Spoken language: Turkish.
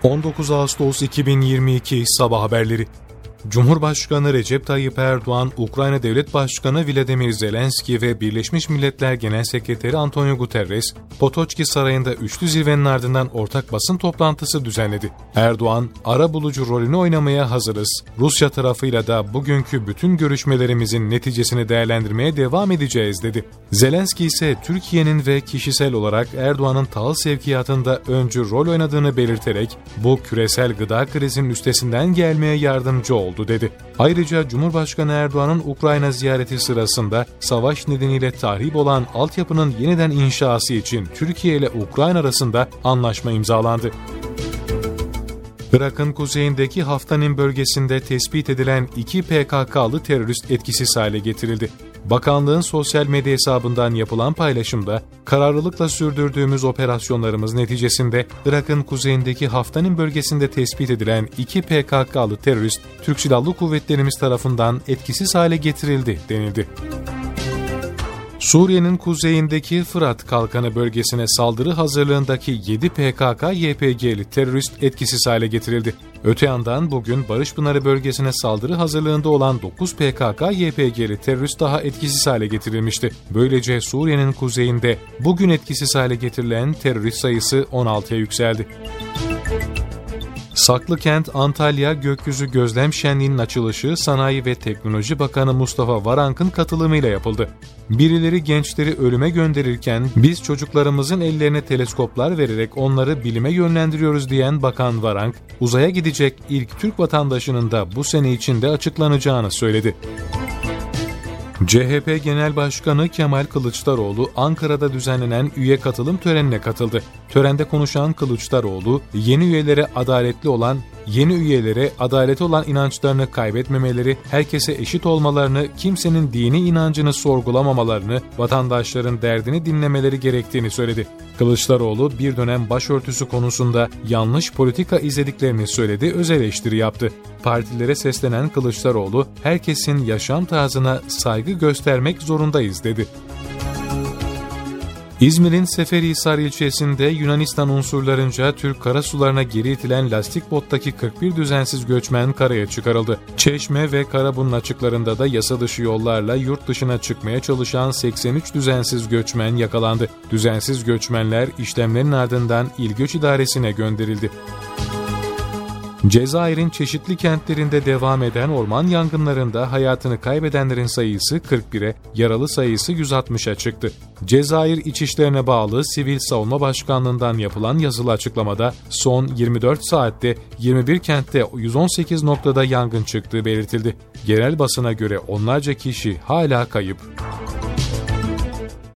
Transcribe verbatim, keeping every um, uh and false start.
on dokuz Ağustos iki bin yirmi iki Sabah haberleri. Cumhurbaşkanı Recep Tayyip Erdoğan, Ukrayna Devlet Başkanı Volodymyr Zelenski ve Birleşmiş Milletler Genel Sekreteri Antonio Guterres, Potoçki Sarayı'nda üçlü zirvenin ardından ortak basın toplantısı düzenledi. Erdoğan, arabulucu rolünü oynamaya hazırız, Rusya tarafıyla da bugünkü bütün görüşmelerimizin neticesini değerlendirmeye devam edeceğiz dedi. Zelenski ise Türkiye'nin ve kişisel olarak Erdoğan'ın tahıl sevkiyatında öncü rol oynadığını belirterek, bu küresel gıda krizinin üstesinden gelmeye yardımcı oldu dedi. Ayrıca Cumhurbaşkanı Erdoğan'ın Ukrayna ziyareti sırasında savaş nedeniyle tahrip olan altyapının yeniden inşası için Türkiye ile Ukrayna arasında anlaşma imzalandı. Irak'ın kuzeyindeki Haftanin bölgesinde tespit edilen iki P K K'lı terörist etkisiz hale getirildi. Bakanlığın sosyal medya hesabından yapılan paylaşımda, kararlılıkla sürdürdüğümüz operasyonlarımız neticesinde Irak'ın kuzeyindeki Haftanin bölgesinde tespit edilen iki P K K'lı terörist, Türk Silahlı Kuvvetlerimiz tarafından etkisiz hale getirildi denildi. Suriye'nin kuzeyindeki Fırat Kalkanı bölgesine saldırı hazırlığındaki yedi P K K Y P G'li terörist etkisiz hale getirildi. Öte yandan bugün Barışpınarı bölgesine saldırı hazırlığında olan dokuz P K K Y P G'li terörist daha etkisiz hale getirilmişti. Böylece Suriye'nin kuzeyinde bugün etkisiz hale getirilen terörist sayısı on altıya yükseldi. Saklıkent Antalya Gökyüzü Gözlem Şenliği'nin açılışı Sanayi ve Teknoloji Bakanı Mustafa Varank'ın katılımıyla yapıldı. Birileri gençleri ölüme gönderirken biz çocuklarımızın ellerine teleskoplar vererek onları bilime yönlendiriyoruz diyen Bakan Varank, uzaya gidecek ilk Türk vatandaşının da bu sene içinde açıklanacağını söyledi. C H P Genel Başkanı Kemal Kılıçdaroğlu, Ankara'da düzenlenen üye katılım törenine katıldı. Törende konuşan Kılıçdaroğlu, yeni üyelere adaletli olan, yeni üyelere adaleti olan inançlarını kaybetmemeleri, herkese eşit olmalarını, kimsenin dini inancını sorgulamamalarını, vatandaşların derdini dinlemeleri gerektiğini söyledi. Kılıçdaroğlu bir dönem başörtüsü konusunda yanlış politika izlediklerini söyledi, öz eleştiri yaptı. Partilere seslenen Kılıçdaroğlu, herkesin yaşam tarzına saygı göstermek zorundayız dedi. İzmir'in Seferihisar ilçesinde Yunanistan unsurlarınca Türk karasularına geri itilen lastik bottaki kırk bir düzensiz göçmen karaya çıkarıldı. Çeşme ve Karabun'un açıklarında da yasa dışı yollarla yurt dışına çıkmaya çalışan seksen üç düzensiz göçmen yakalandı. Düzensiz göçmenler işlemlerin ardından İl Göç İdaresi'ne gönderildi. Cezayir'in çeşitli kentlerinde devam eden orman yangınlarında hayatını kaybedenlerin sayısı kırk bire, yaralı sayısı yüz altmışa çıktı. Cezayir İçişlerine bağlı Sivil Savunma Başkanlığı'ndan yapılan yazılı açıklamada son yirmi dört saatte yirmi bir kentte yüz on sekiz noktada yangın çıktığı belirtildi. Yerel basına göre onlarca kişi hala kayıp.